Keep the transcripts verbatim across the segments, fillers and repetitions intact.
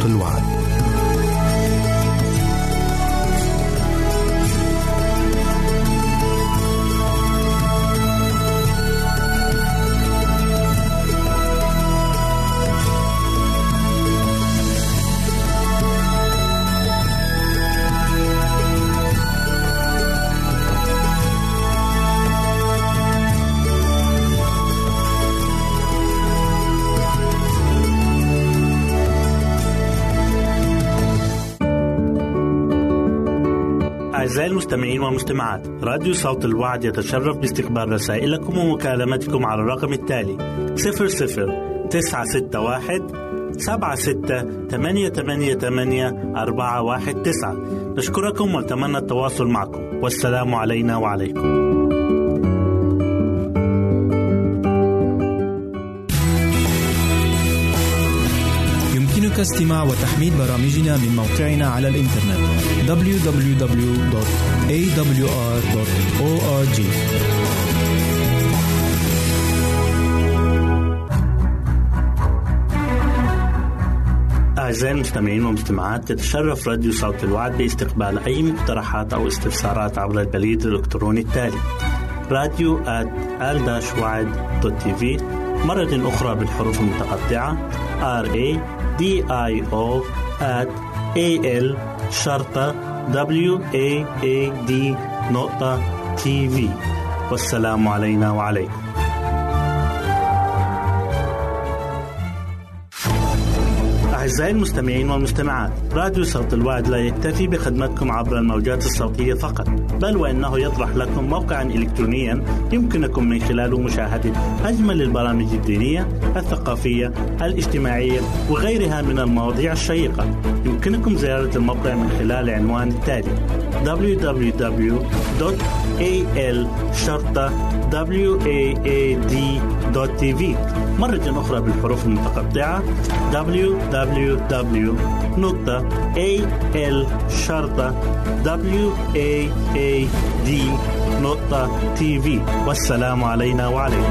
الوعد. أعزائي المستمعين والمستمعات، راديو صوت الوعد يتشرف باستقبال رسائلكم ومكالمتكم على الرقم التالي صفر صفر تسعة ستة واحد سبعة ستة ثمانية ثمانية ثمانية أربعة واحد تسعة. نشكركم ونتمنى التواصل معكم، والسلام علينا وعليكم. يمكنك استماع وتحميل برامجنا من موقعنا على الإنترنت دبليو دبليو دبليو دوت إيه دبليو آر دوت أو آر جي. أعزائي المستمعين والمستمعات، تتشرف راديو صوت الوعد باستقبال أي مقترحات أو استفسارات عبر البريد الإلكتروني التالي راديو آت آل وعد دوت تي في، مرة أخرى بالحروف المتقطعة R A D I O at A L شرطة W A A D نقطة تي في. والسلام علينا وعليكم. أعزائي المستمعين والمستمعات، راديو صوت الوعد لا يكتفي بخدمتكم عبر الموجات الصوتية فقط، بل وإنه يطرح لكم موقعا إلكترونيا يمكنكم من خلاله مشاهدة أجمل البرامج الدينية، الثقافية، الاجتماعية وغيرها من المواضيع الشيقة. يمكنكم زيارة الموقع من خلال العنوان التالي دبليو دبليو دبليو دوت إيه إل شرطة W A A D دوت تي في، مرة أخرى بالحروف المتقطعة دبليو دبليو دبليو دوت إيه إل شرطة W A A D دوت تي في. والسلام علينا وعليكم.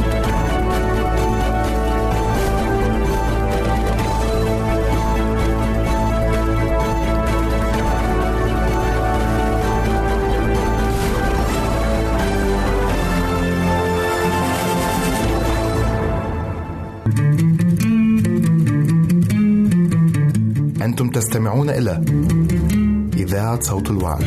أنتم تستمعون إلى إذاعة صوت الوعد.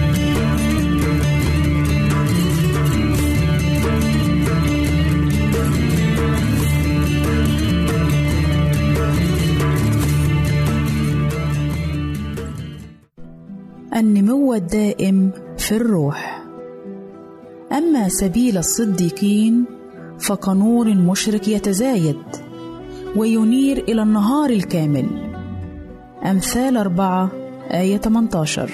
النمو الدائم في الروح. أما سبيل الصديقين فكنور مشرق يتزايد وينير إلى النهار الكامل. أمثال أربعة آية ثمانية عشر.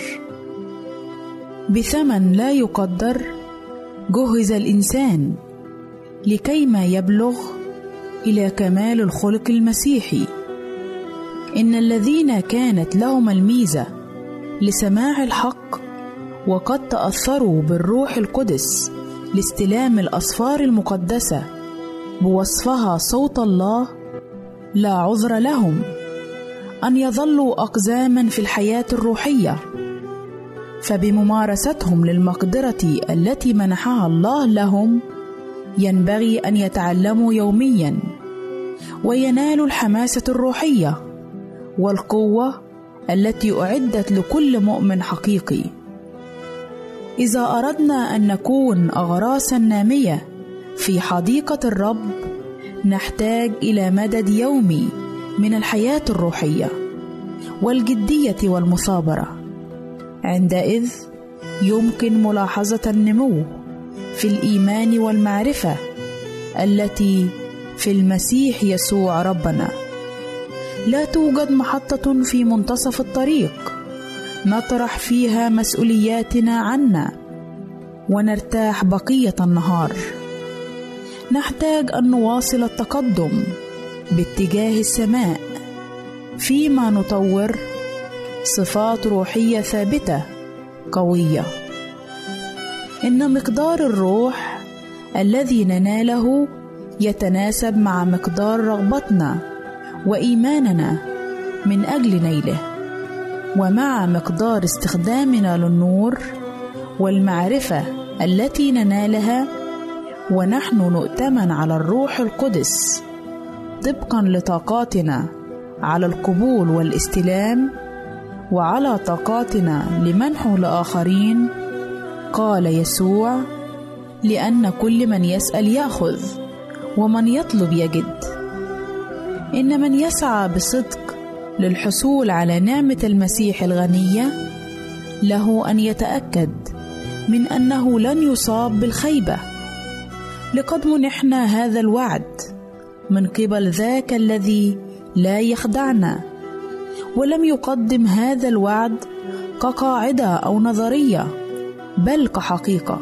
بثمن لا يقدر جهز الإنسان لكيما يبلغ إلى كمال الخلق المسيحي. إن الذين كانت لهم الميزة لسماع الحق وقد تأثروا بالروح القدس لاستلام الأسفار المقدسة بوصفها صوت الله، لا عذر لهم أن يظلوا أقزاما في الحياة الروحية، فبممارستهم للمقدرة التي منحها الله لهم ينبغي أن يتعلموا يوميا وينالوا الحماسة الروحية والقوة التي أعدت لكل مؤمن حقيقي. إذا أردنا أن نكون أغراسا نامية في حديقة الرب نحتاج إلى مدد يومي من الحياة الروحية والجدية والمثابرة. عندئذ يمكن ملاحظة النمو في الإيمان والمعرفة التي في المسيح يسوع ربنا. لا توجد محطة في منتصف الطريق نطرح فيها مسؤولياتنا عنا ونرتاح بقية النهار. نحتاج أن نواصل التقدم باتجاه السماء فيما نطور صفات روحية ثابتة قوية. إن مقدار الروح الذي نناله يتناسب مع مقدار رغبتنا وإيماننا من أجل نيله. ومع مقدار استخدامنا للنور والمعرفة التي ننالها، ونحن نؤتمن على الروح القدس طبقا لطاقاتنا على القبول والاستلام وعلى طاقاتنا لمنحه لآخرين. قال يسوع: لأن كل من يسأل يأخذ، ومن يطلب يجد. إن من يسعى بصدق للحصول على نعمة المسيح الغنية له أن يتأكد من أنه لن يصاب بالخيبة، لقد منحنا هذا الوعد من قبل ذاك الذي لا يخدعنا، ولم يقدم هذا الوعد كقاعدة أو نظرية، بل كحقيقة،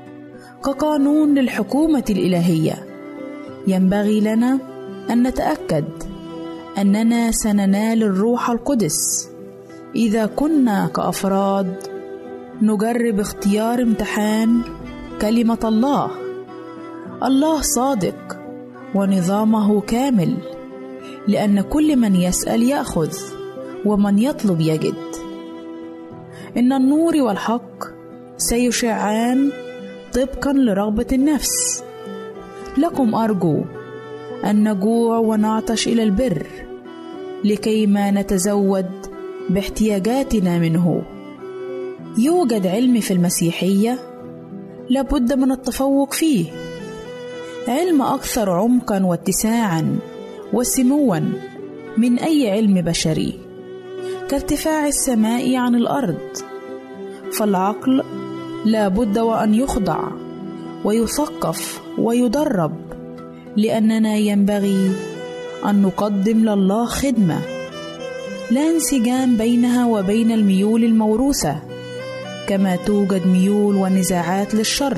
كقانون للحكومة الإلهية. ينبغي لنا أن نتأكد أننا سننال الروح القدس إذا كنا كأفراد نجرب اختيار امتحان كلمة الله. الله صادق ونظامه كامل، لأن كل من يسأل يأخذ، ومن يطلب يجد. إن النور والحق سيشعان طبقا لرغبة النفس. لكم أرجو أن نجوع ونعطش إلى البر لكي ما نتزود باحتياجاتنا منه. يوجد علم في المسيحية لابد من التفوق فيه، علم أكثر عمقا واتساعا وسموا من أي علم بشري، كارتفاع السماء عن الأرض. فالعقل لابد وأن يخضع ويثقف ويدرب، لأننا ينبغي أن نقدم لله خدمة لا انسجام بينها وبين الميول الموروثة، كما توجد ميول ونزاعات للشر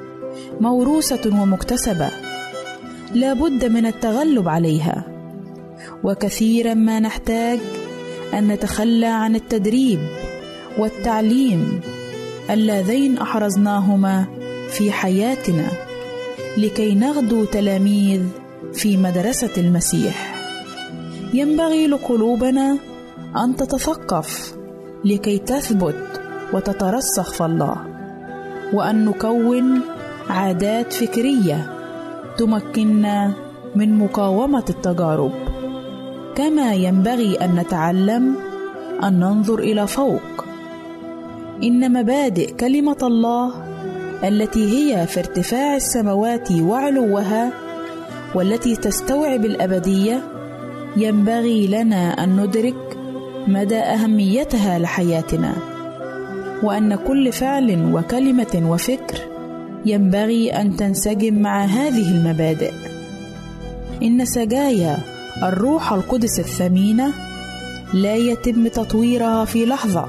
موروثة ومكتسبة لا بد من التغلب عليها. وكثيرا ما نحتاج أن نتخلى عن التدريب والتعليم اللذين أحرزناهما في حياتنا لكي نغدو تلاميذ في مدرسة المسيح. ينبغي لقلوبنا أن تتثقف لكي تثبت وتترسخ في الله، وأن نكون عادات فكرية تمكننا من مقاومة التجارب. كما ينبغي أن نتعلم أن ننظر إلى فوق. إن مبادئ كلمة الله التي هي في ارتفاع السماوات وعلوها والتي تستوعب الأبدية، ينبغي لنا أن ندرك مدى أهميتها لحياتنا، وأن كل فعل وكلمة وفكر ينبغي أن تنسجم مع هذه المبادئ. إن سجايا الروح القدس الثمينة لا يتم تطويرها في لحظة،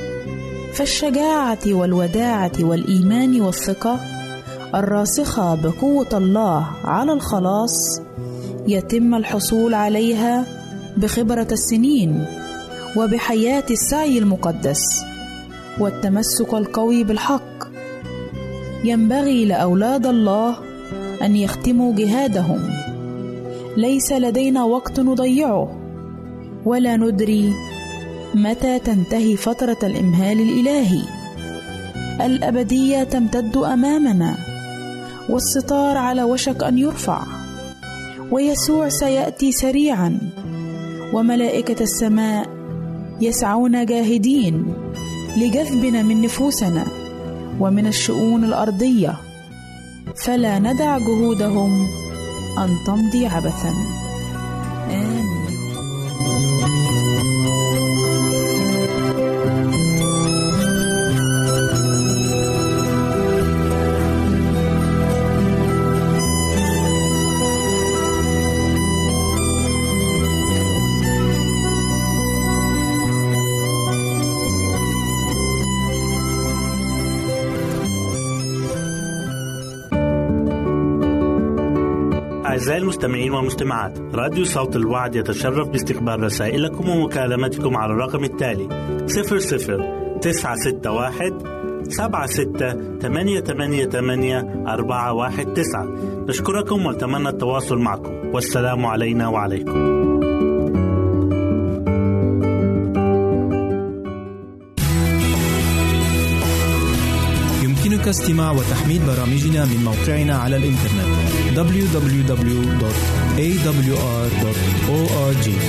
فالشجاعة والوداعة والإيمان والثقة الراسخة بقوة الله على الخلاص يتم الحصول عليها بخبرة السنين وبحياة السعي المقدس والتمسك القوي بالحق. ينبغي لأولاد الله أن يختموا جهادهم. ليس لدينا وقت نضيعه، ولا ندري متى تنتهي فترة الإمهال الإلهي. الأبدية تمتد أمامنا، والستار على وشك أن يرفع، ويسوع سيأتي سريعا، وملائكة السماء يسعون جاهدين لجذبنا من نفوسنا ومن الشؤون الأرضية، فلا ندع جهودهم أن تمضي عبثا. آمين. أعزائي المستمعين والمستمعات، راديو صوت الوعد يتشرف باستقبال رسائلكم ومكالمتكم على الرقم التالي صفر صفر تسعة ستة واحد سبعة ستة ثمانية ثمانية ثمانية أربعة واحد تسعة. نشكركم ونتمنى التواصل معكم، والسلام علينا وعليكم. استماع وتحميل برامجنا من موقعنا على الإنترنت دبليو دبليو دبليو دوت إيه دبليو آر دوت أو آر جي.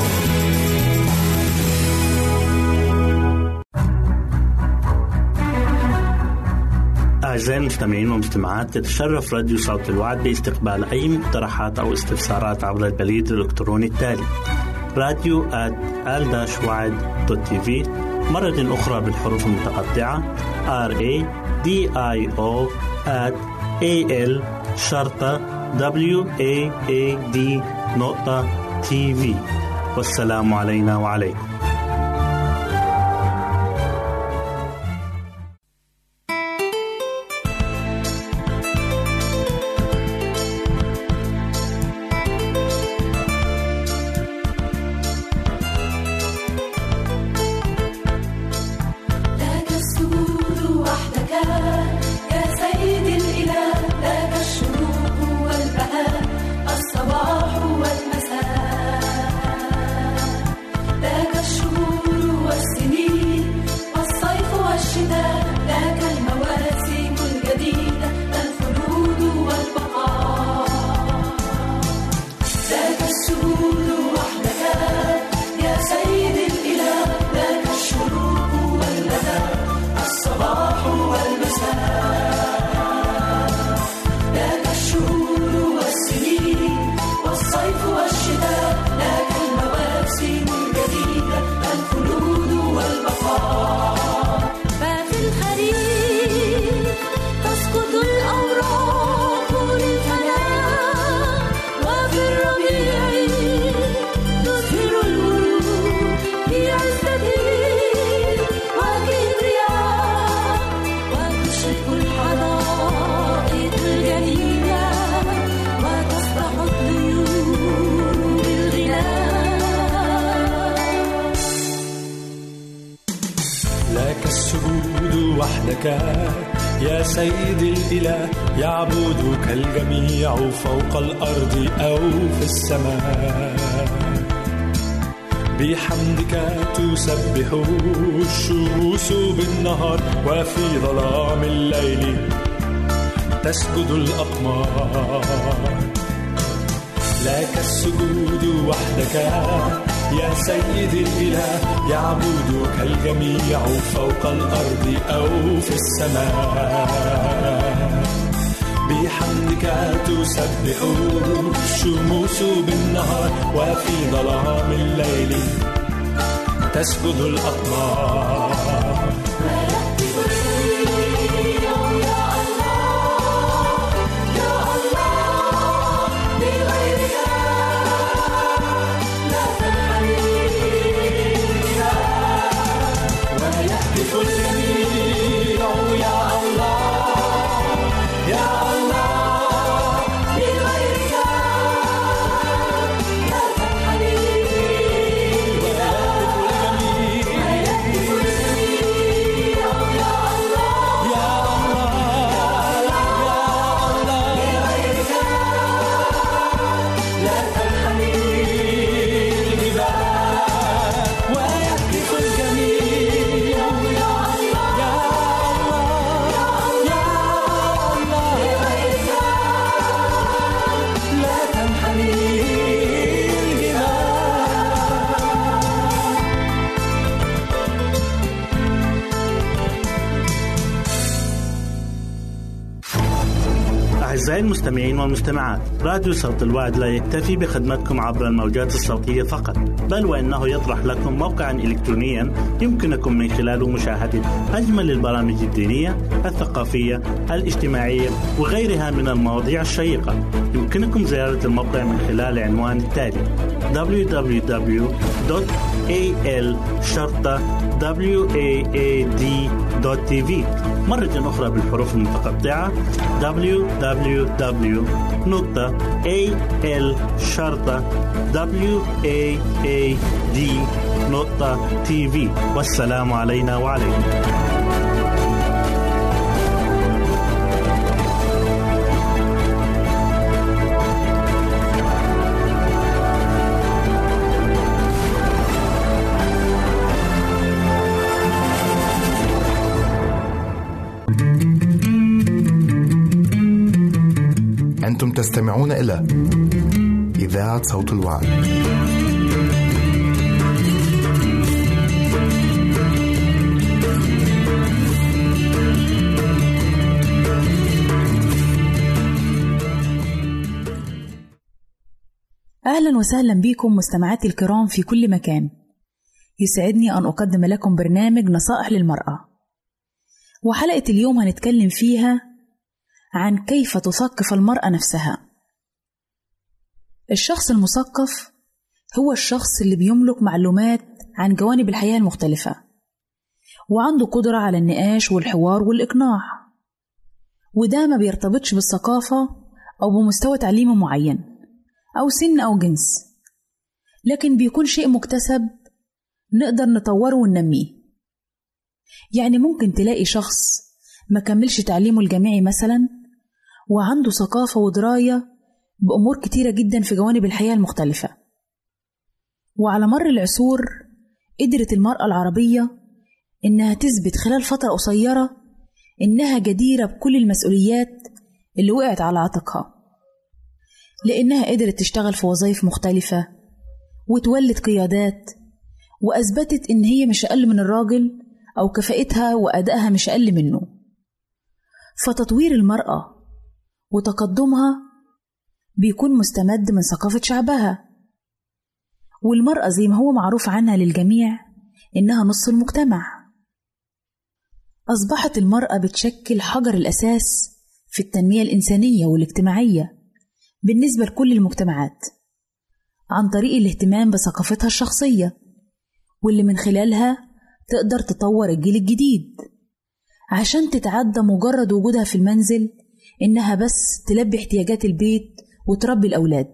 أعزائي المستمعين والمستمعات، تتشرف راديو صوت الوعد باستقبال أي مقترحات أو استفسارات عبر البريد الإلكتروني التالي راديو آت آل وعد دوت تي في، مرة أخرى بالحروف المتقطعة R A D I O at A L شرطة W A A D نقطة تي في. والسلام علينا وعليكم. يا سيد الإله، يعبدك الجميع فوق الأرض أو في السماء. بحمدك تسبح الشموس بالنهار، وفي ظلام الليل تسجد الأقمار. لك السجود وحدك يا سيد الإله، يعبدك الجميع فوق الأرض أو في السماء. بحمدك تسبح الشموس بالنهار، وفي ظلام الليل تسجد الأقمار. أعزائي المستمعين والمستمعات، راديو صوت الوعد لا يكتفي بخدمتكم عبر الموجات الصوتية فقط، بل وإنه يطرح لكم موقعا إلكترونيا يمكنكم من خلاله مشاهدة أجمل البرامج الدينية، الثقافية، الاجتماعية وغيرها من المواضيع الشيقة. يمكنكم زيارة الموقع من خلال العنوان التالي دبليو دبليو دبليو دوت إيه إل شرطة واد دوت تي في، مرة أخرى بالحروف المتقطعة دبليو دبليو دبليو دوت إيه إل شرطة واد دوت تي في. والسلام علينا وعليكم. أنتم تستمعون إلى إذاعة صوت الوعد. أهلا وسهلا بكم مستمعاتي الكرام في كل مكان. يسعدني أن أقدم لكم برنامج نصائح للمرأة، وحلقة اليوم هنتكلم فيها عن كيف تثقف المرأة نفسها. الشخص المثقف هو الشخص اللي بيملك معلومات عن جوانب الحياة المختلفة، وعنده قدرة على النقاش والحوار والإقناع، وده ما بيرتبطش بالثقافة أو بمستوى تعليمي معين أو سن أو جنس، لكن بيكون شيء مكتسب نقدر نطوره وننميه. يعني ممكن تلاقي شخص ما كملش تعليمه الجامعي مثلا وعنده ثقافة ودراية بأمور كتيرة جدا في جوانب الحياة المختلفة، وعلى مر العصور قدرت المرأة العربية إنها تثبت خلال فترة قصيرة إنها جديرة بكل المسؤوليات اللي وقعت على عاتقها، لأنها قدرت تشتغل في وظائف مختلفة وتولد قيادات، وأثبتت إن هي مش أقل من الراجل أو كفاءتها وأدائها مش أقل منه. فتطوير المرأة وتقدمها بيكون مستمد من ثقافة شعبها، والمرأة زي ما هو معروف عنها للجميع إنها نص المجتمع. أصبحت المرأة بتشكل حجر الأساس في التنمية الإنسانية والاجتماعية بالنسبة لكل المجتمعات، عن طريق الاهتمام بثقافتها الشخصية، واللي من خلالها تقدر تطور الجيل الجديد عشان تتعدى مجرد وجودها في المنزل إنها بس تلبي احتياجات البيت وتربي الأولاد.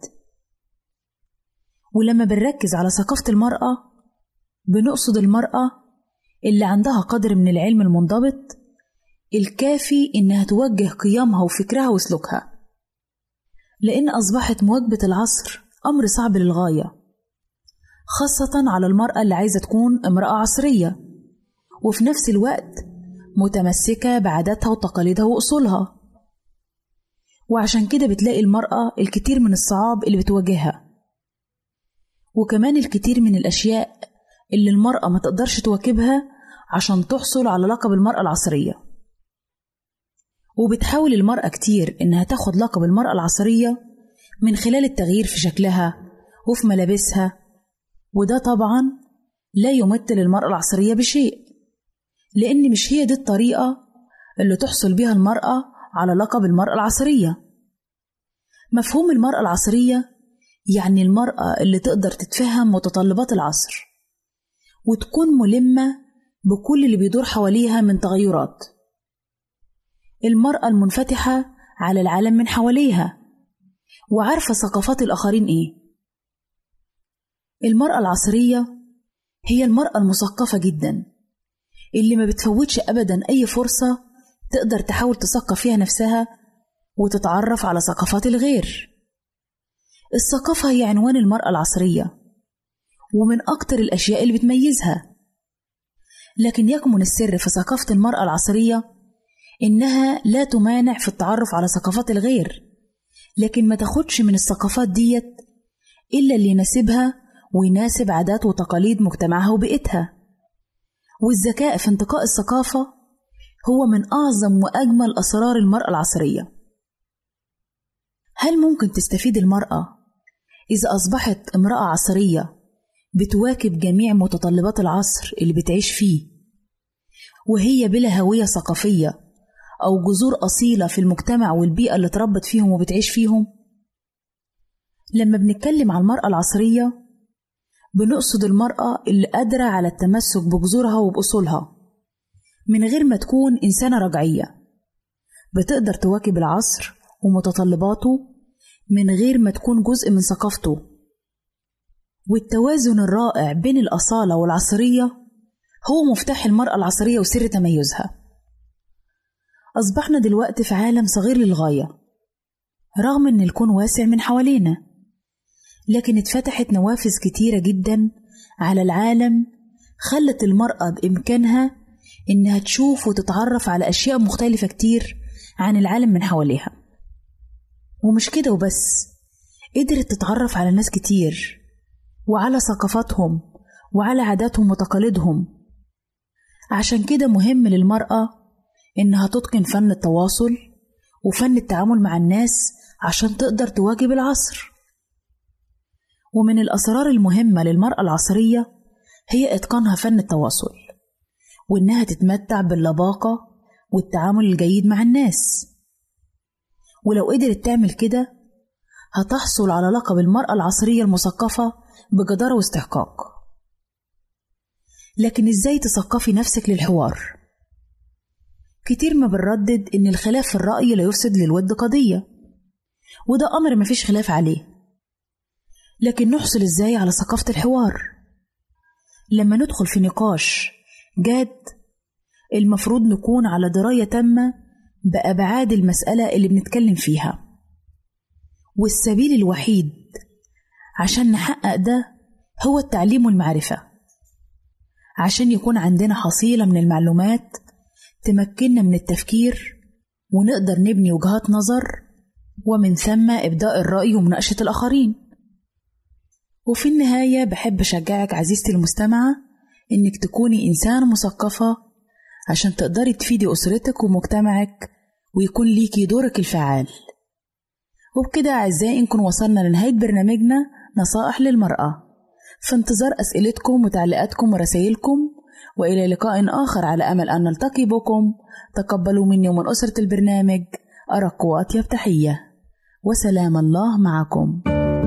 ولما بنركز على ثقافة المرأة بنقصد المرأة اللي عندها قدر من العلم المنضبط الكافي إنها توجه قيمها وفكرها وسلوكها، لأن أصبحت مواكبة العصر أمر صعب للغاية، خاصة على المرأة اللي عايزة تكون امرأة عصرية وفي نفس الوقت متمسكة بعاداتها وتقاليدها وأصولها. وعشان كده بتلاقي المرأة الكثير من الصعاب اللي بتواجهها، وكمان الكثير من الأشياء اللي المرأة ما تقدرش تواكبها عشان تحصل على لقب المرأة العصرية. وبتحاول المرأة كتير إنها تاخد لقب المرأة العصرية من خلال التغيير في شكلها وفي ملابسها، وده طبعا لا يمثل المرأة العصرية بشيء، لأن مش هي دي الطريقة اللي تحصل بها المرأة على لقب المرأة العصرية. مفهوم المرأة العصرية يعني المرأة اللي تقدر تتفهم متطلبات العصر وتكون ملمة بكل اللي بيدور حواليها من تغيرات. المرأة المنفتحة على العالم من حواليها وعارفة ثقافات الآخرين إيه. المرأة العصرية هي المرأة المثقفة جدا اللي ما بتفوتش أبدا أي فرصة تقدر تحاول تثقف فيها نفسها وتتعرف على ثقافات الغير. الثقافة هي عنوان المرأة العصرية ومن أكتر الأشياء اللي بتميزها، لكن يكمن السر في ثقافة المرأة العصرية إنها لا تمانع في التعرف على ثقافات الغير، لكن ما تاخدش من الثقافات ديت إلا اللي يناسبها ويناسب عادات وتقاليد مجتمعها وبيئتها. والذكاء في انتقاء الثقافة هو من أعظم وأجمل أسرار المرأة العصرية. هل ممكن تستفيد المرأة إذا أصبحت امرأة عصرية بتواكب جميع متطلبات العصر اللي بتعيش فيه وهي بلا هوية ثقافية أو جذور أصيلة في المجتمع والبيئة اللي تربت فيهم وبتعيش فيهم؟ لما بنتكلم عن المرأة العصرية بنقصد المرأة اللي قادرة على التمسك بجذورها وبأصولها من غير ما تكون إنسانة رجعية، بتقدر تواكب العصر ومتطلباته من غير ما تكون جزء من ثقافته. والتوازن الرائع بين الأصالة والعصرية هو مفتاح المرأة العصرية وسر تميزها. أصبحنا دلوقتي في عالم صغير للغاية رغم أن الكون واسع من حوالينا، لكن اتفتحت نوافذ كتيرة جدا على العالم خلت المرأة بإمكانها إنها تشوف وتتعرف على أشياء مختلفة كتير عن العالم من حواليها. ومش كده وبس، قدرت تتعرف على ناس كتير وعلى ثقافاتهم وعلى عاداتهم وتقاليدهم. عشان كده مهم للمرأة إنها تتقن فن التواصل وفن التعامل مع الناس عشان تقدر تواكب العصر. ومن الأسرار المهمة للمرأة العصرية هي إتقانها فن التواصل، وإنها تتمتع باللباقة والتعامل الجيد مع الناس. ولو قدرت تعمل كده هتحصل على لقب المرأة العصرية المثقفة بجدارة واستحقاق. لكن إزاي تثقفي نفسك للحوار؟ كتير ما بنردد إن الخلاف في الرأي لا يفسد للود قضية، وده أمر مفيش خلاف عليه. لكن نحصل إزاي على ثقافة الحوار؟ لما ندخل في نقاش جاد المفروض نكون على دراية تامة بأبعاد المسألة اللي بنتكلم فيها، والسبيل الوحيد عشان نحقق ده هو التعليم والمعرفة، عشان يكون عندنا حصيلة من المعلومات تمكننا من التفكير ونقدر نبني وجهات نظر، ومن ثم إبداء الرأي ومناقشة الآخرين. وفي النهاية بحب أشجعك عزيزتي المستمعة إنك تكوني إنسانة مثقفة عشان تقدري تفيدي أسرتك ومجتمعك ويكون ليكي دورك الفعال. وبكده أعزائي نكون وصلنا لنهاية برنامجنا نصائح للمرأة، في انتظار أسئلتكم وتعليقاتكم ورسائلكم، وإلى لقاء آخر على أمل أن نلتقي بكم. تقبلوا مني ومن أسرة البرنامج أرق وأطيب تحية، وسلام الله معكم.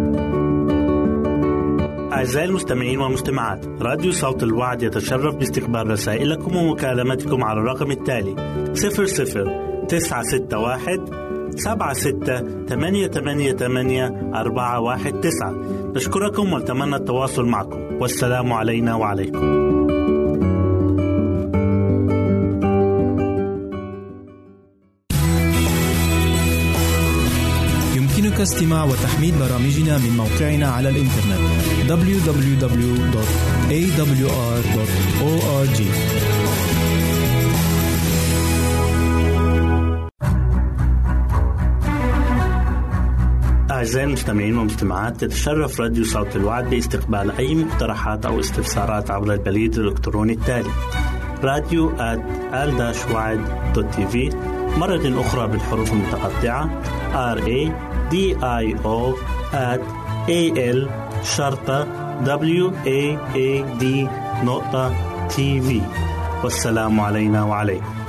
أعزائي المستمعين والمستمعات، راديو صوت الوعد يتشرف باستقبال رسائلكم ومكالمتكم على الرقم التالي صفر صفر تسعة ستة واحد سبعة ستة ثمانية ثمانية ثمانية أربعة واحد تسعة. نشكركم ونتمنى التواصل معكم، والسلام علينا وعليكم. يمكنك استماع وتحميل برامجنا من موقعنا على الإنترنت دبليو دبليو دبليو دوت إيه دبليو آر دوت أو آر جي. أعزائي المستمعين والمستمعات، تتشرف راديو صوت الوعد باستقبال أي مقترحات أو استفسارات عبر البريد الإلكتروني التالي راديو آت آل وعد دوت تي في، مرة أخرى بالحروف المتقطعة R A D I O at A L شرطة W A A D نقطة تي في. والسلام علينا وعليكم.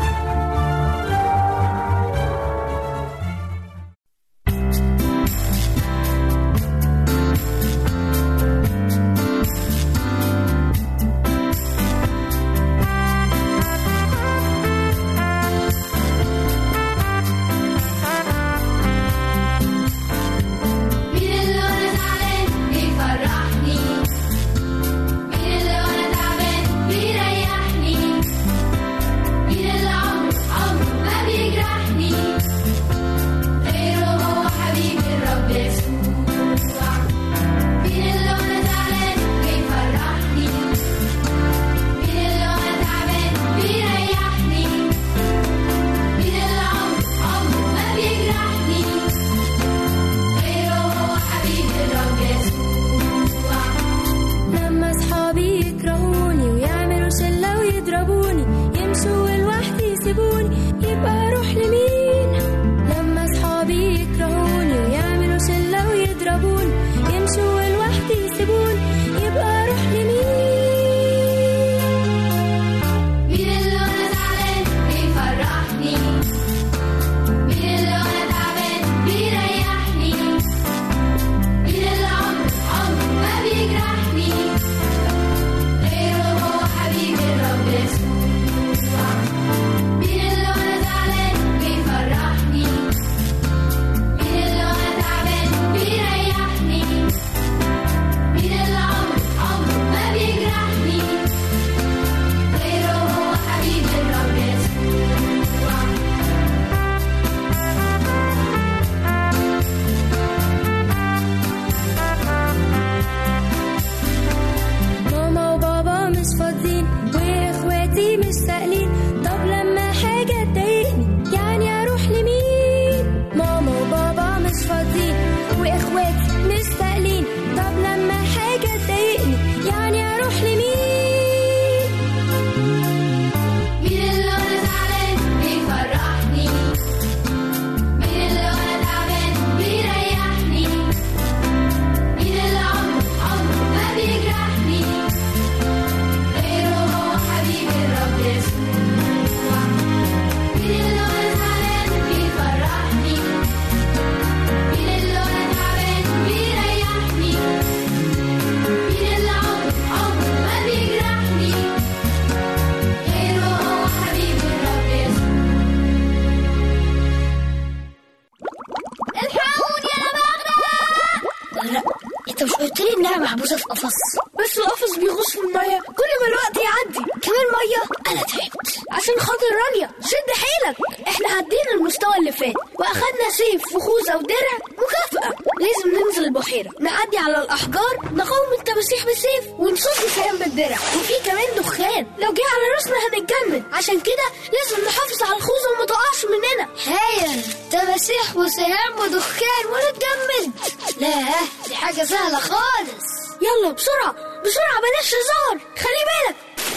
محبوسة في قفص، بس القفص بيغوص في المية كل ما الوقت يعدي. كمان مية. أنا تعبت. عشان خاطر رانيا شد حيلك، احنا عدينا المستوى اللي فات وأخدنا سيف وخوذة ودرع مكافأة. لازم ننزل البحيرة، نعدي على الأحجار، نقاوم التماسيح بالسيف ونصد سهام بالدرع. وفي كمان دخان، لو جه على راسنا هنتجمد. عشان كده لازم نحافظ على الخوذة وما تقعش مننا. هايل، تماسيح وسهام ودخان ونتجمد. لا دي حاجة سهلة خالص. يلا بسرعة بسرعة، بلاش هزار، خلي بالك.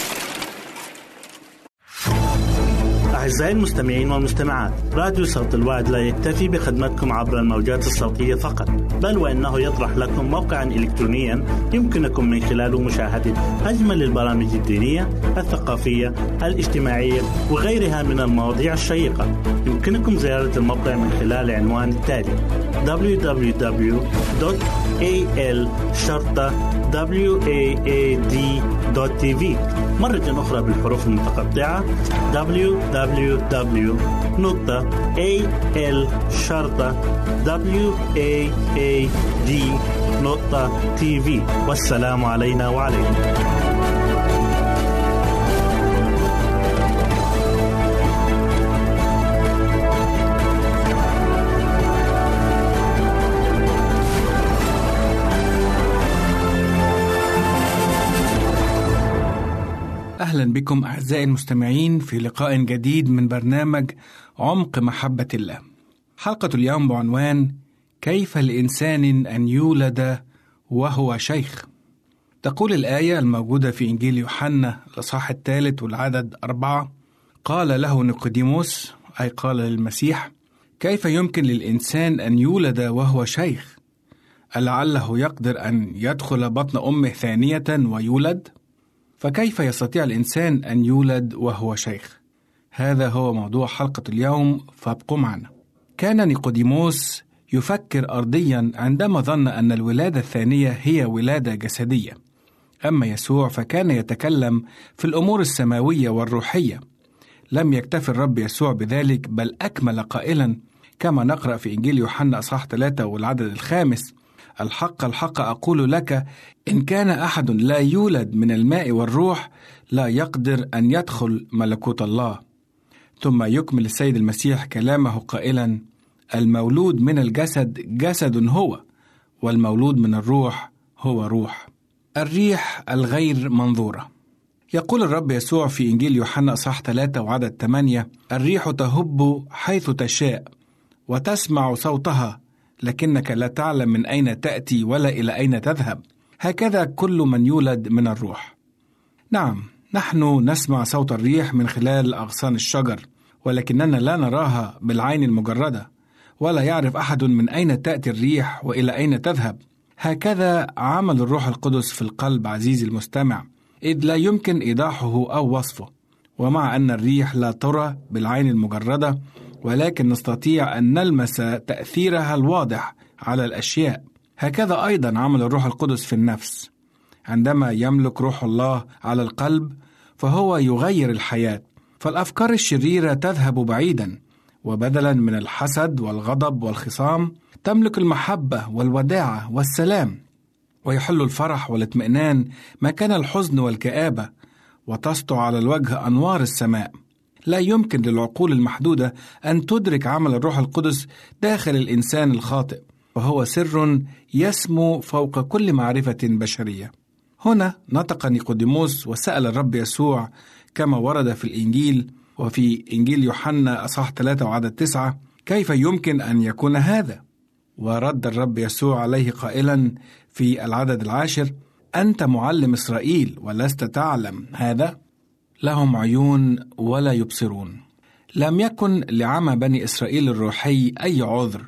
أعزائي المستمعين والمستمعات، راديو صوت الوعد لا يكتفي بخدمتكم عبر الموجات الصوتية فقط، بل وإنه يطرح لكم موقعا إلكترونيا يمكنكم من خلاله مشاهدة أجمل البرامج الدينية، الثقافية، الاجتماعية وغيرها من المواضيع الشيقة. يمكنكم زيارة الموقع من خلال عنوان التالي دبليو دبليو دبليو دوت إيه إل شرطة واد دوت تي في. مرة أخرى بالحروف المتقطعة دبليو دبليو دبليو دوت إيه إل شرطة واد دوت تي في. والسلام علينا وعليكم. أهلا بكم أعزائي المستمعين في لقاء جديد من برنامج عمق محبة الله. حلقة اليوم بعنوان كيف لإنسان أن يولد وهو شيخ. تقول الآية الموجودة في إنجيل يوحنا الإصحاح الثالث والعدد أربعة: قال له نيقوديموس، أي قال للمسيح: كيف يمكن للإنسان أن يولد وهو شيخ؟ ألعله يقدر أن يدخل بطن أمه ثانية ويولد؟ فكيف يستطيع الإنسان أن يولد وهو شيخ؟ هذا هو موضوع حلقة اليوم، فابقوا معنا. كان نيقوديموس يفكر أرضيا عندما ظن أن الولادة الثانية هي ولادة جسدية، أما يسوع فكان يتكلم في الأمور السماوية والروحية. لم يكتفي الرب يسوع بذلك، بل أكمل قائلا كما نقرأ في إنجيل يوحنا أصحاح ثلاثة والعدد الخامس: الحق الحق أقول لك، إن كان أحد لا يولد من الماء والروح لا يقدر أن يدخل ملكوت الله. ثم يكمل السيد المسيح كلامه قائلا: المولود من الجسد جسد هو، والمولود من الروح هو روح. الريح الغير منظورة. يقول الرب يسوع في إنجيل يوحنا أصحاح ثلاثة وعدد ثمانية: الريح تهب حيث تشاء وتسمع صوتها، لكنك لا تعلم من أين تأتي ولا إلى أين تذهب. هكذا كل من يولد من الروح. نعم، نحن نسمع صوت الريح من خلال أغصان الشجر، ولكننا لا نراها بالعين المجردة، ولا يعرف أحد من أين تأتي الريح وإلى أين تذهب. هكذا عمل الروح القدس في القلب عزيزي المستمع، إذ لا يمكن إيضاحه أو وصفه. ومع أن الريح لا ترى بالعين المجردة، ولكن نستطيع أن نلمس تأثيرها الواضح على الأشياء. هكذا أيضا عمل الروح القدس في النفس. عندما يملك روح الله على القلب فهو يغير الحياة، فالأفكار الشريرة تذهب بعيدا، وبدلا من الحسد والغضب والخصام تملك المحبة والوداعة والسلام، ويحل الفرح والاطمئنان مكان الحزن والكآبة، وتسطع على الوجه أنوار السماء. لا يمكن للعقول المحدودة أن تدرك عمل الروح القدس داخل الإنسان الخاطئ، وهو سر يسمو فوق كل معرفة بشرية. هنا نطق نيقوديموس وسأل الرب يسوع كما ورد في الإنجيل وفي إنجيل يوحنا أصحاح ثلاثة وعدد تسعة: كيف يمكن أن يكون هذا؟ ورد الرب يسوع عليه قائلا في العدد العاشر: أنت معلم إسرائيل ولست تعلم هذا؟ لهم عيون ولا يبصرون. لم يكن لعمى بني إسرائيل الروحي أي عذر،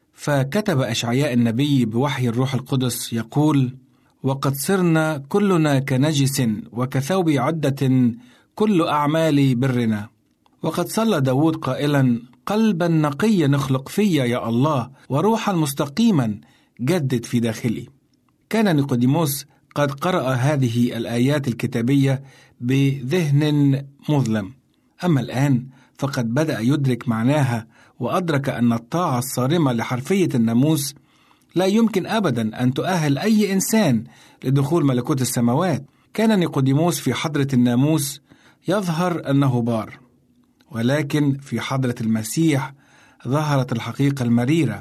فكتب أشعياء النبي بوحي الروح القدس يقول: وقد صرنا كلنا كنجس وكثوب عدة كل أعمال برنا. وقد صلى داود قائلا: قلبا نقيا اخلق فيا يا الله، وروحا مستقيما جدد في داخلي. كان نيقوديموس قد قرأ هذه الآيات الكتابية بذهن مظلم، أما الآن فقد بدأ يدرك معناها، وأدرك أن الطاعة الصارمة لحرفية الناموس لا يمكن أبدا أن تؤهل أي إنسان لدخول ملكوت السماوات. كان نيقوديموس في حضرة الناموس يظهر أنه بار، ولكن في حضرة المسيح ظهرت الحقيقة المريرة.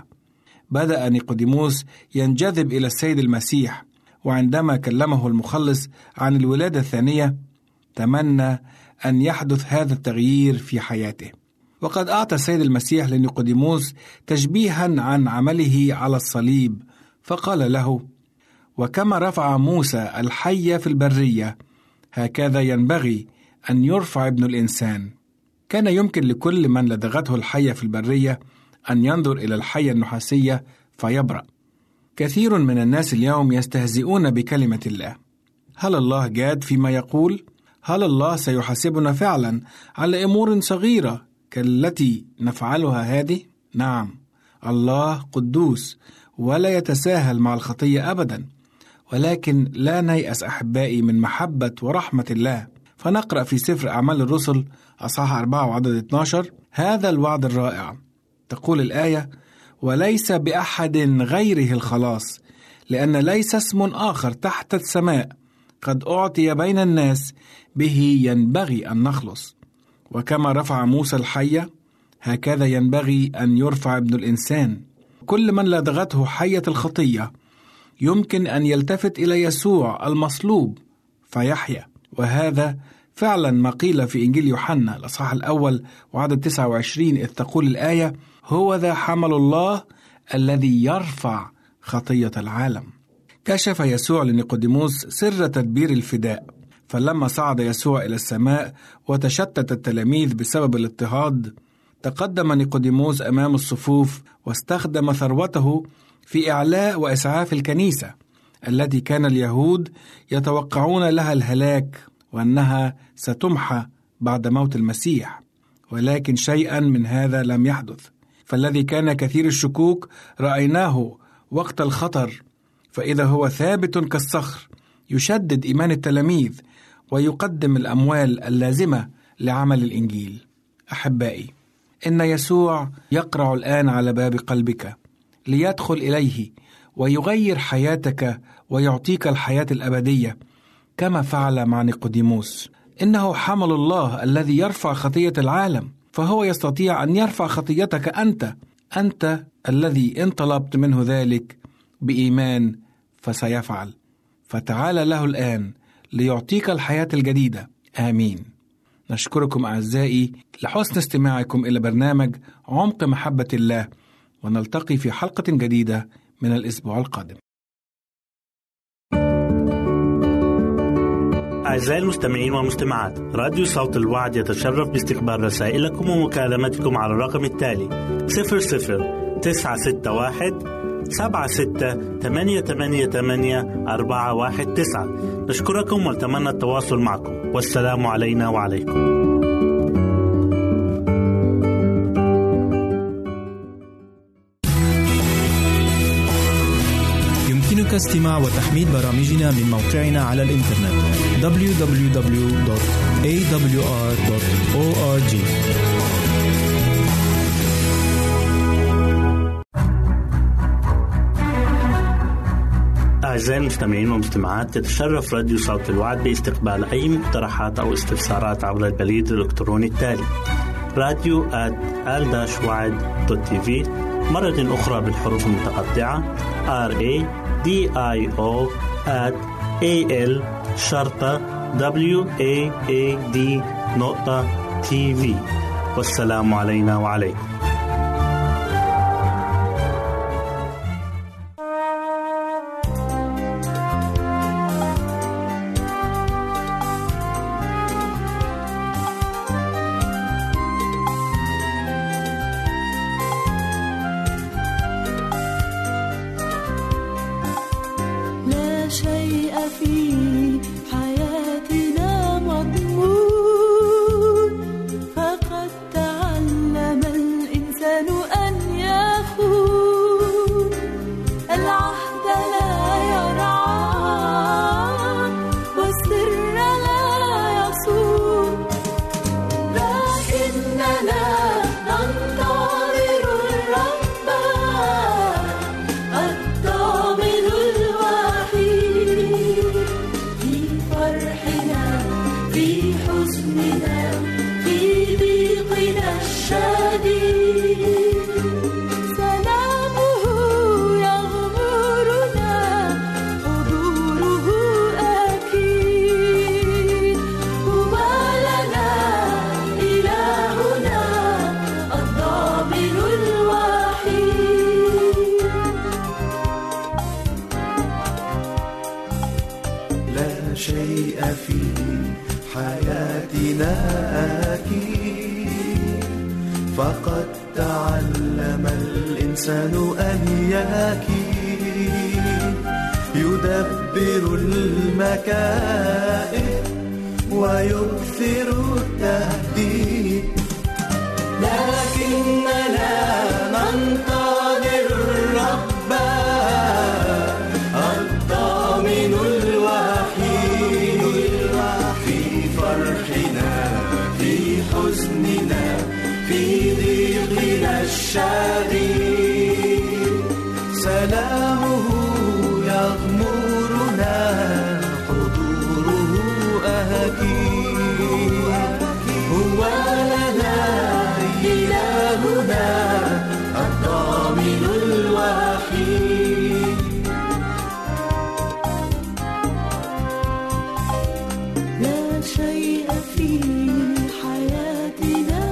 بدأ نيقوديموس ينجذب إلى السيد المسيح، وعندما كلمه المخلص عن الولادة الثانية تمنى أن يحدث هذا التغيير في حياته. وقد أعطى السيد المسيح لنيقوديموس تشبيها عن عمله على الصليب، فقال له: وكما رفع موسى الحية في البرية هكذا ينبغي أن يرفع ابن الإنسان. كان يمكن لكل من لدغته الحية في البرية أن ينظر إلى الحية النحاسية فيبرأ. كثير من الناس اليوم يستهزئون بكلمة الله. هل الله جاد فيما يقول؟ هل الله سيحاسبنا فعلا على أمور صغيرة كالتي نفعلها هذه؟ نعم، الله قدوس ولا يتساهل مع الخطية أبدا، ولكن لا نيأس أحبائي من محبة ورحمة الله. فنقرأ في سفر أعمال الرسل أصحاح أربعة وعدد اثني عشر هذا الوعد الرائع. تقول الآية: وليس بأحد غيره الخلاص، لأن ليس اسم آخر تحت السماء قد أعطي بين الناس به ينبغي أن نخلص. وكما رفع موسى الحية هكذا ينبغي أن يرفع ابن الإنسان. كل من لدغته حية الخطية يمكن أن يلتفت إلى يسوع المصلوب فيحيا. وهذا فعلا ما قيل في إنجيل يوحنا الأصحاح الأول وعدد تسعة وعشرين، إذ تقول الآية: هو ذا حمل الله الذي يرفع خطية العالم. كشف يسوع لنيقوديموس سر تدبير الفداء، فلما صعد يسوع إلى السماء وتشتت التلاميذ بسبب الاضطهاد، تقدم نيقوديموس أمام الصفوف واستخدم ثروته في إعلاء وإسعاف الكنيسة التي كان اليهود يتوقعون لها الهلاك وأنها ستمحى بعد موت المسيح. ولكن شيئا من هذا لم يحدث، فالذي كان كثير الشكوك رأيناه وقت الخطر، فإذا هو ثابت كالصخر يشدد إيمان التلاميذ ويقدم الأموال اللازمة لعمل الإنجيل. أحبائي، إن يسوع يقرع الآن على باب قلبك ليدخل إليه ويغير حياتك ويعطيك الحياة الأبدية كما فعل مع نيقوديموس. إنه حمل الله الذي يرفع خطية العالم، فهو يستطيع أن يرفع خطيتك أنت أنت الذي إن طلبت منه ذلك بإيمان فسيفعل. فتعال له الآن ليعطيك الحياة الجديدة. آمين. نشكركم أعزائي لحسن استماعكم إلى برنامج عمق محبة الله، ونلتقي في حلقة جديدة من الأسبوع القادم. أعزائي المستمعين والمستمعات، راديو صوت الوعد يتشرف باستقبال رسائلكم ومكالمتكم على الرقم التالي: صفر صفر تسعة ستة واحد سبعة ستة ثمانية ثمانية ثمانية أربعة واحد تسعة. نشكركم ونتمنى التواصل معكم، والسلام علينا وعليكم. يمكنك استماع وتحميل برامجنا من موقعنا على الإنترنت دبليو دبليو دبليو دوت إيه دبليو آر دوت أو آر جي. أعزائي المستمعين والمستمعات، تتشرف راديو صوت الوعد باستقبال أي مقترحات أو استفسارات عبر البريد الإلكتروني التالي: راديو آت آل وعد دوت تي في، مرة أخرى بالحروف المتقطعة R A D I O at A L شرطة W A A D نقطة تي في. والسلام علينا وعليكم. فقد تعلم حزننا في ضيقنا الشديد سلامه يغمرنا حضوره أكيد هو لنا إلهنا الضامن الوحيد لا شيء في حياتنا أكيد فقد تعلم الإنسان أن يكيد يدبر المكائد ويكثر التهديد لكننا ننتظر الرب الضامن الوحيد في فرحنا في حزننا في ضيقنا الشديد سلامه يغمرنا حضوره أكيد هو لنا إلهنا الضامن الوحيد لا شيء في حياتنا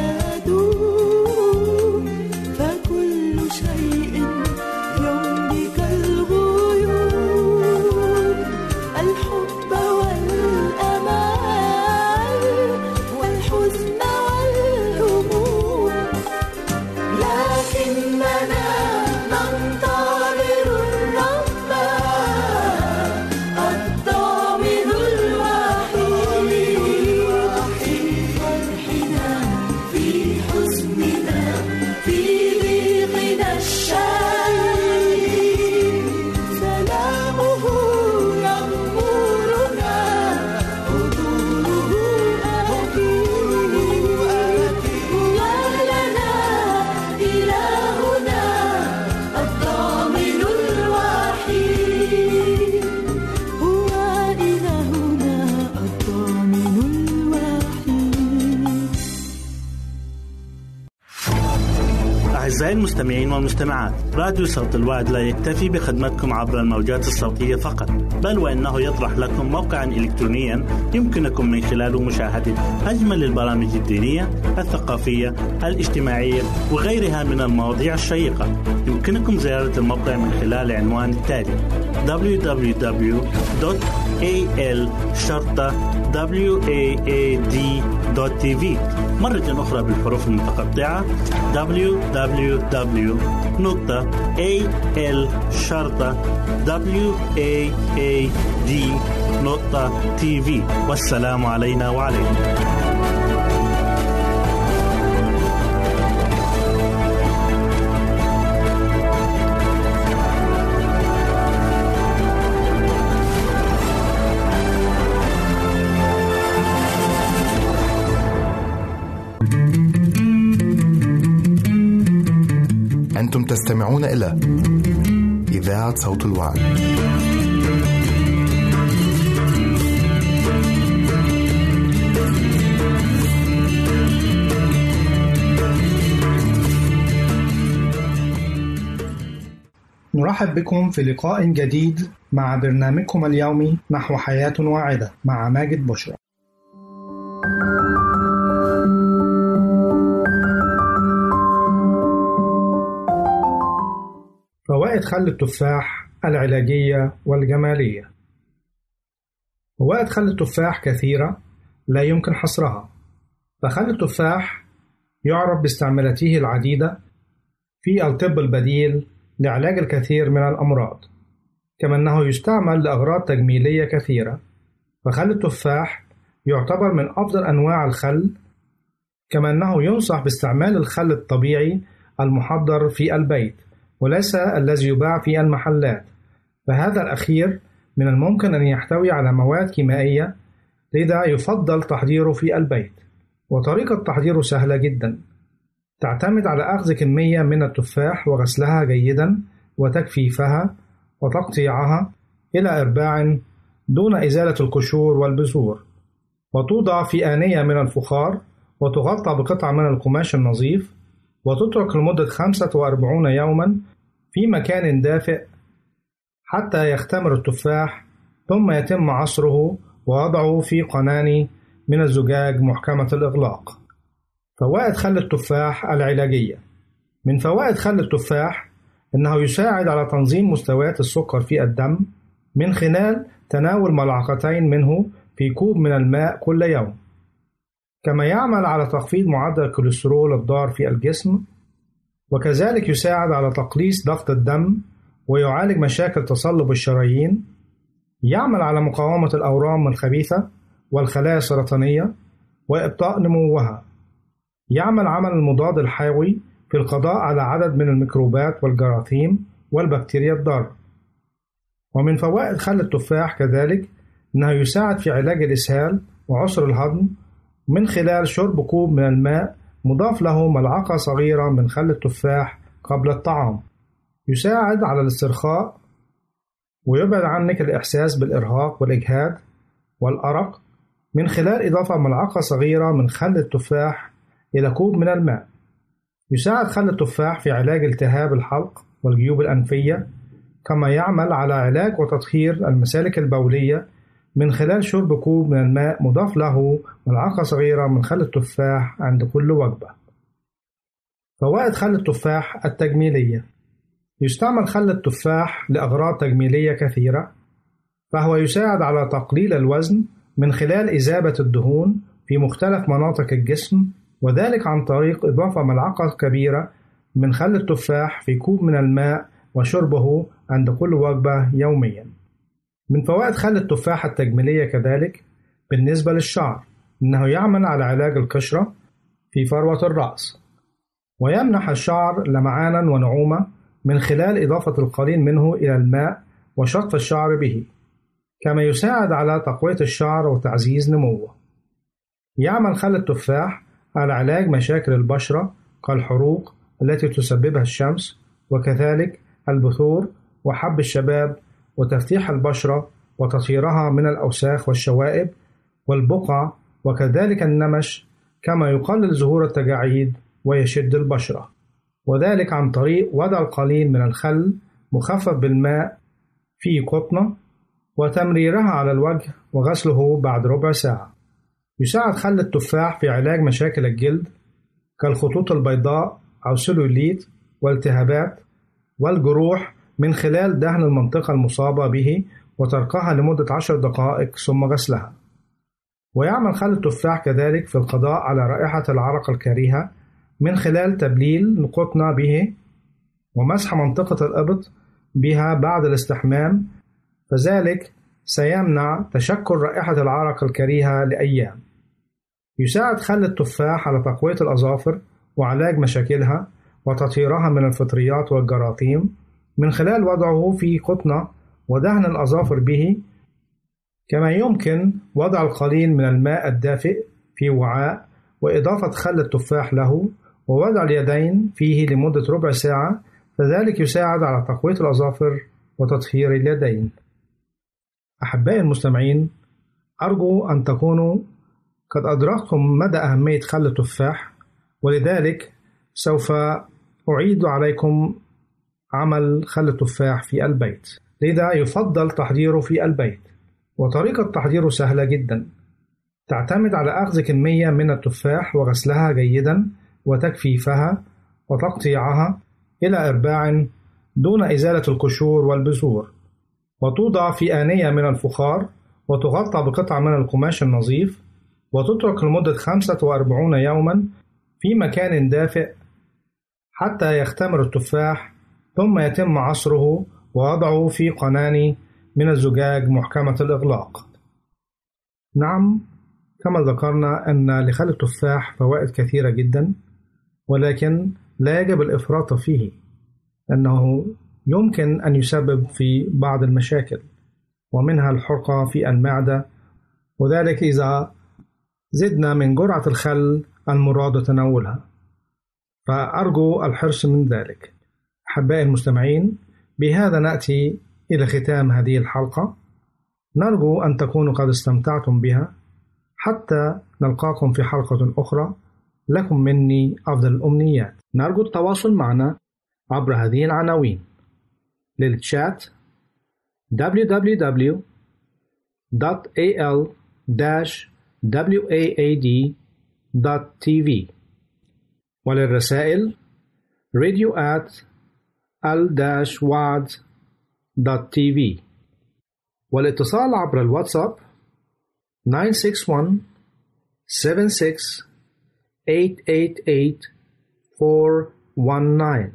يدوم فكل شيء يمضي كالغيوم الحب والأمل والحزن والهموم لكننا ننتظر الرب الضامن الوحيد في فرحنا في حزننا في ضيقنا الشديد سلامه يغمرنا حضوره أكيد هو لنا إلهنا الضامن الوحيد هو إلهنا الضامن الوحيد أعزائي المستمعين والمستمعات، راديو صوت الوعد لا يكتفي بخدمتكم عبر الموجات الصوتية فقط، بل وإنه يطرح لكم موقعا إلكترونيا يمكنكم من خلاله مشاهدة أجمل البرامج الدينية، الثقافية، الاجتماعية وغيرها من المواضيع الشيقة. يمكنكم زيارة الموقع من خلال العنوان التالي دبليو دبليو دبليو دوت إيه إل شرطة واد دوت تي في. مرة أخرى بالحروف المتقطعة دبليو دبليو دبليو دوت إيه إل شرطة واد دوت تي في. والسلام علينا وعليكم. أنتم تستمعون إلى إذاعة صوت الوعد. نرحب بكم في لقاء جديد مع برنامجكم اليومي نحو حياة واعدة مع ماجد بشرى. فوائد خل التفاح العلاجية والجمالية. فوائد خل التفاح كثيرة لا يمكن حصرها، فخل التفاح يعرف باستعمالاته العديدة في الطب البديل لعلاج الكثير من الأمراض، كما أنه يستعمل لأغراض تجميلية كثيرة. فخل التفاح يعتبر من أفضل أنواع الخل، كما أنه ينصح باستعمال الخل الطبيعي المحضر في البيت وليس الذي يباع في المحلات، فهذا الأخير من الممكن أن يحتوي على مواد كيميائية، لذا يفضل تحضيره في البيت. وطريقة تحضيره سهلة جدا، تعتمد على أخذ كمية من التفاح وغسلها جيدا وتجفيفها وتقطيعها إلى إرباع دون إزالة القشور والبذور، وتوضع في آنية من الفخار وتغطى بقطعة من القماش النظيف وتترك لمدة خمسة وأربعين يوما في مكان دافئ حتى يختمر التفاح، ثم يتم عصره ووضعه في قناني من الزجاج محكمة الإغلاق. فوائد خل التفاح العلاجية: من فوائد خل التفاح أنه يساعد على تنظيم مستويات السكر في الدم من خلال تناول ملعقتين منه في كوب من الماء كل يوم، كما يعمل على تخفيض معدل الكوليسترول الضار في الجسم، وكذلك يساعد على تقليص ضغط الدم ويعالج مشاكل تصلب الشرايين، يعمل على مقاومة الأورام الخبيثة والخلايا السرطانية وإبطاء نموها، يعمل عمل المضاد الحيوي في القضاء على عدد من الميكروبات والجراثيم والبكتيريا الضارة. ومن فوائد خل التفاح كذلك أنه يساعد في علاج الإسهال وعسر الهضم من خلال شرب كوب من الماء مضاف له ملعقة صغيرة من خل التفاح قبل الطعام. يساعد على الاسترخاء ويبعد عنك الإحساس بالإرهاق والإجهاد والأرق من خلال إضافة ملعقة صغيرة من خل التفاح إلى كوب من الماء. يساعد خل التفاح في علاج التهاب الحلق والجيوب الأنفية، كما يعمل على علاج وتطهير المسالك البولية من خلال شرب كوب من الماء مضاف له ملعقة صغيرة من خل التفاح عند كل وجبة. فوائد خل التفاح التجميلية: يستعمل خل التفاح لأغراض تجميلية كثيرة، فهو يساعد على تقليل الوزن من خلال إذابة الدهون في مختلف مناطق الجسم، وذلك عن طريق إضافة ملعقة كبيرة من خل التفاح في كوب من الماء وشربه عند كل وجبة يوميا. من فوائد خل التفاح التجميلية كذلك بالنسبة للشعر أنه يعمل على علاج القشرة في فروة الرأس، ويمنح الشعر لمعانا ونعومة من خلال إضافة القليل منه إلى الماء وشطف الشعر به، كما يساعد على تقوية الشعر وتعزيز نموه. يعمل خل التفاح على علاج مشاكل البشرة كالحروق التي تسببها الشمس، وكذلك البثور وحب الشباب وتفتيح البشرة وتطهيرها من الأوساخ والشوائب والبقع، وكذلك النمش، كما يقلل ظهور التجاعيد ويشد البشرة، وذلك عن طريق وضع القليل من الخل مخفف بالماء في قطنة وتمريرها على الوجه وغسله بعد ربع ساعة. يساعد خل التفاح في علاج مشاكل الجلد كالخطوط البيضاء أو السلوليت والالتهابات والجروح من خلال دهن المنطقة المصابة به وتركها لمدة عشر دقائق ثم غسلها. ويعمل خل التفاح كذلك في القضاء على رائحة العرق الكريهة من خلال تبليل القطنة به ومسح منطقة الإبط بها بعد الاستحمام، فذلك سيمنع تشكل رائحة العرق الكريهة لأيام. يساعد خل التفاح على تقوية الأظافر وعلاج مشاكلها وتطهيرها من الفطريات والجراثيم من خلال وضعه في قطنة ودهن الأظافر به، كما يمكن وضع القليل من الماء الدافئ في وعاء وإضافة خل التفاح له ووضع اليدين فيه لمدة ربع ساعة، فذلك يساعد على تقوية الأظافر وتطهير اليدين. أحبائي المستمعين، أرجو أن تكونوا قد أدركتم مدى أهمية خل التفاح، ولذلك سوف أعيد عليكم عمل خل التفاح في البيت، لذا يفضل تحضيره في البيت. وطريقة تحضيره سهلة جدا، تعتمد على أخذ كمية من التفاح وغسلها جيدا وتجفيفها وتقطيعها إلى أرباع دون إزالة القشور والبذور، وتوضع في آنية من الفخار وتغطى بقطعة من القماش النظيف وتترك لمدة خمسة وأربعين يوما في مكان دافئ حتى يختمر التفاح، ثم يتم عصره ووضعه في قناني من الزجاج محكمة الإغلاق. نعم، كما ذكرنا أن لخل التفاح فوائد كثيرة جدا، ولكن لا يجب الإفراط فيه، أنه يمكن أن يسبب في بعض المشاكل ومنها الحرقة في المعدة، وذلك إذا زدنا من جرعة الخل المراد تناولها، فأرجو الحرص من ذلك. أحبائي المستمعين، بهذا نأتي إلى ختام هذه الحلقة، نرجو أن تكونوا قد استمتعتم بها. حتى نلقاكم في حلقة أخرى. لكم مني أفضل الأمنيات. نرجو التواصل معنا عبر هذه العناوين: للتشات دبليو دبليو دبليو دوت إيه إل واد دوت تي في، وللرسائل radio at ال واد دوت تي في، والاتصال عبر الواتساب nine six one seven six eight eight eight four one nine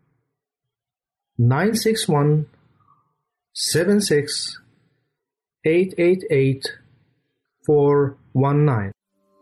nine six one seven six eight eight eight four one nine.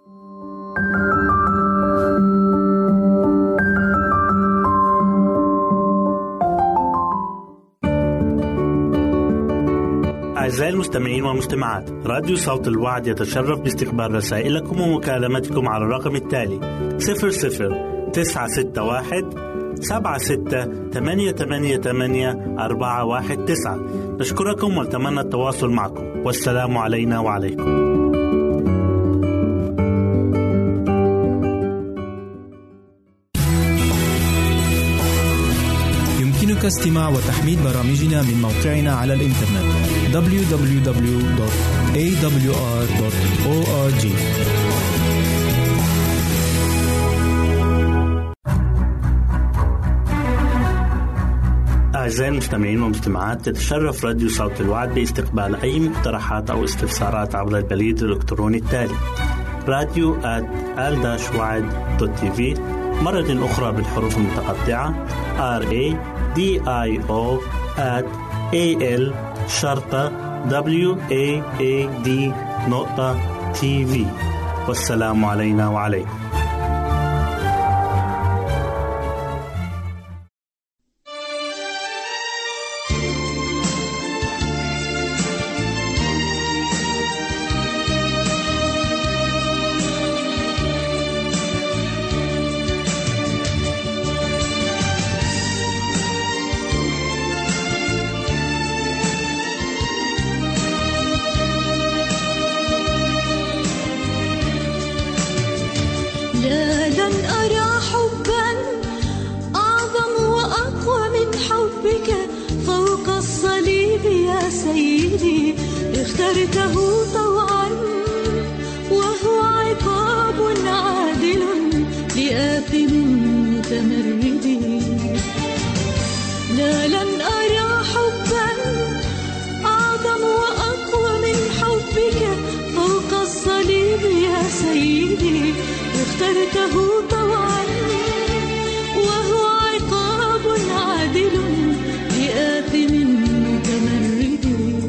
أعزائي المستمعين والمستمعات، راديو صوت الوعد يتشرف باستقبال رسائلكم ومكالمتكم على الرقم التالي صفر صفر تسعة ستة واحد سبعة ستة ثمانية ثمانية ثمانية أربعة واحد تسعة. نشكركم ونتمنى التواصل معكم، والسلام علينا وعليكم. يمكنك استماع وتحميل برامجنا من موقعنا على الإنترنت دبليو دبليو دبليو دوت إيه دبليو آر دوت أو آر جي. أعزائي المستمعين والمستمعات، تتشرف راديو صوت الوعد باستقبال أي مقترحات أو استفسارات عبر البريد الإلكتروني التالي راديو آت آل وعد دوت تي في، مرة أخرى بالحروف المتقطعة R A D I O at A L شرطة W A A D نقطة تي في. والسلام علينا وعليكم. اخترته طوعا وهو عقاب عادل لآثم متمرد. لا لن أرى حبا أعظم وأقوى من حبك فوق الصليب يا سيدي. اخترته طوعا وهو عقاب عادل لآثم متمرد.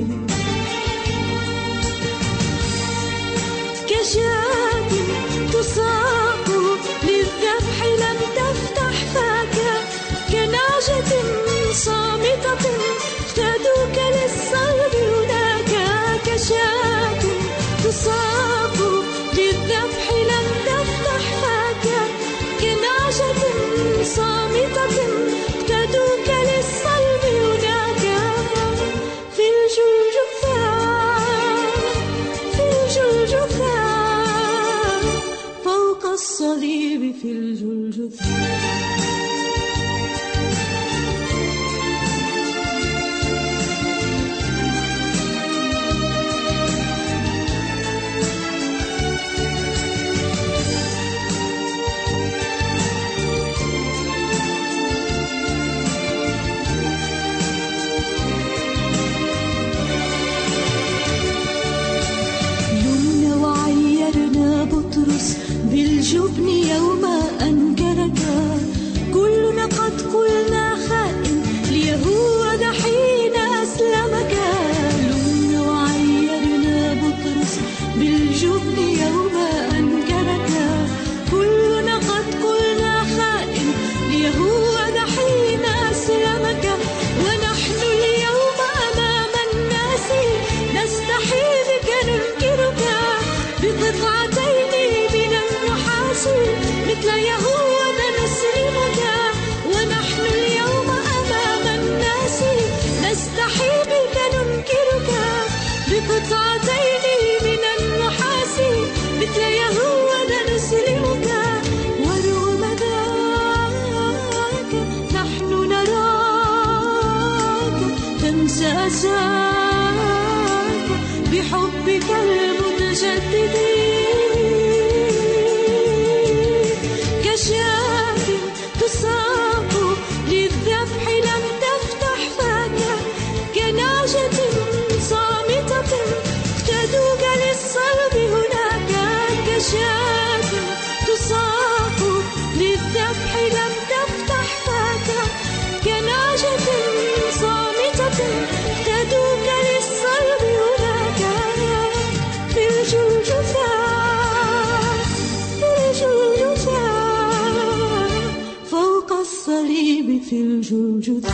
كشاة تساق للذبح لم تفتح فاك، كنعجة صامتة افتدوك للصلب هناك. كشاة تساق للذبح لم تفتح فاك، كنعجة صامتة افتدوك للصلب هناك. في الجلجثة في الجلجثة فوق الصليب في الجلجثة. بالجبن يوم أنكرك، كلنا قد قلنا خائن ليهود حين أسلمك. لمنا وعيرنا بطرس بالجبن يوم أنكرك، كلنا قد قلنا خائن ليهود حين أسلمك. ونحن اليوم أمام الناس نستحي بك ننكرك بقطعتين من النحاس. الصليب في الجلجثة.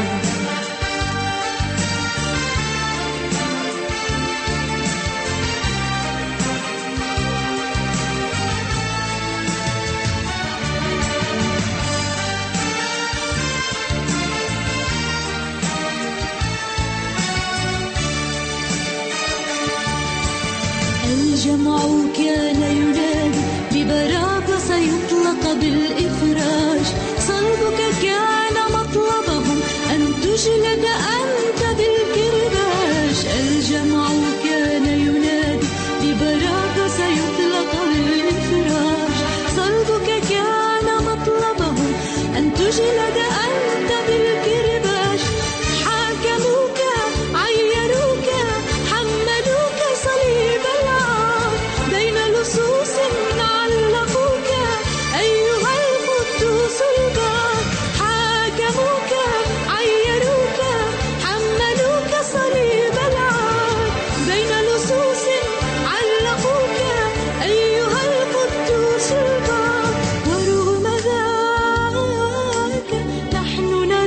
الجمع كان ينادي ببرابة سيطلق بالإفراج، صلبك كان مطلبهم أن تجلد أنت بالكرباج. الجمع كان ينادي ببرابة سيطلق بالإفراج، صلبك كان مطلبهم أن تجلد أنت بالكرباج. حاكموك عيروك حملوك صليب العار، بين لصوص علقوك أيها القدوس البار. حاكموك عيروك حملوك صليب العار، بين لصوص علقوك أيها القدوس البار. ورغم ذاك نحن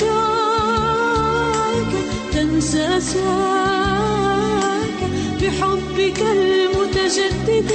نراك تنسى ساك بحبك المتجدد،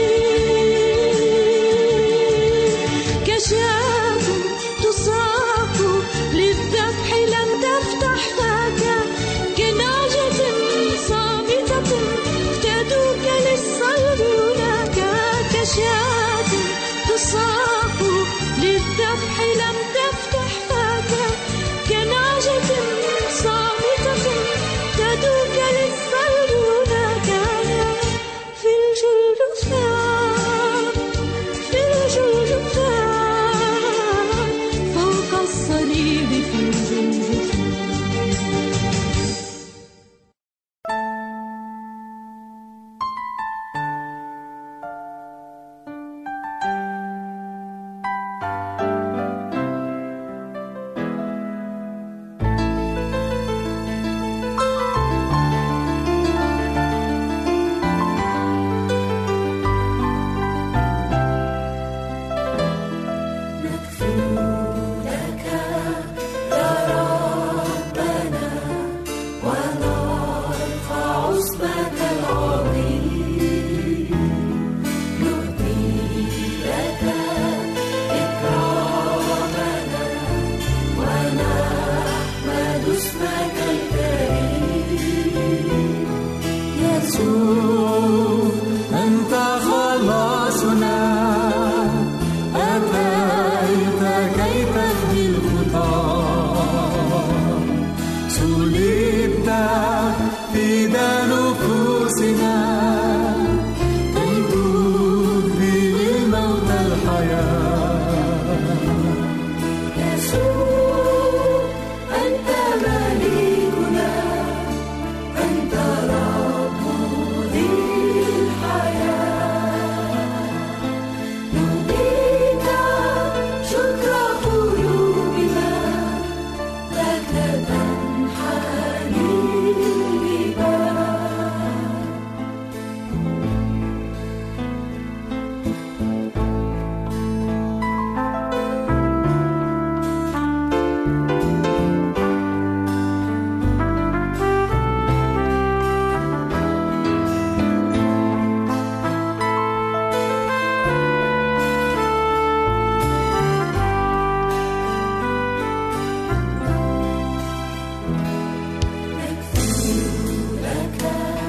كشاة تصاف للذبح لم تفتح فاك، كنعجة صامتة افتدوك للصلب هناك. كشاة تصاف للذبح لم تفتح فاك، كنعجة صامتة افتدوك للصلب هناك. في الجلجثة في الجلجثة فوق الصليب في الجلجثة.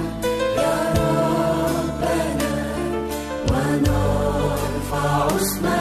اسمك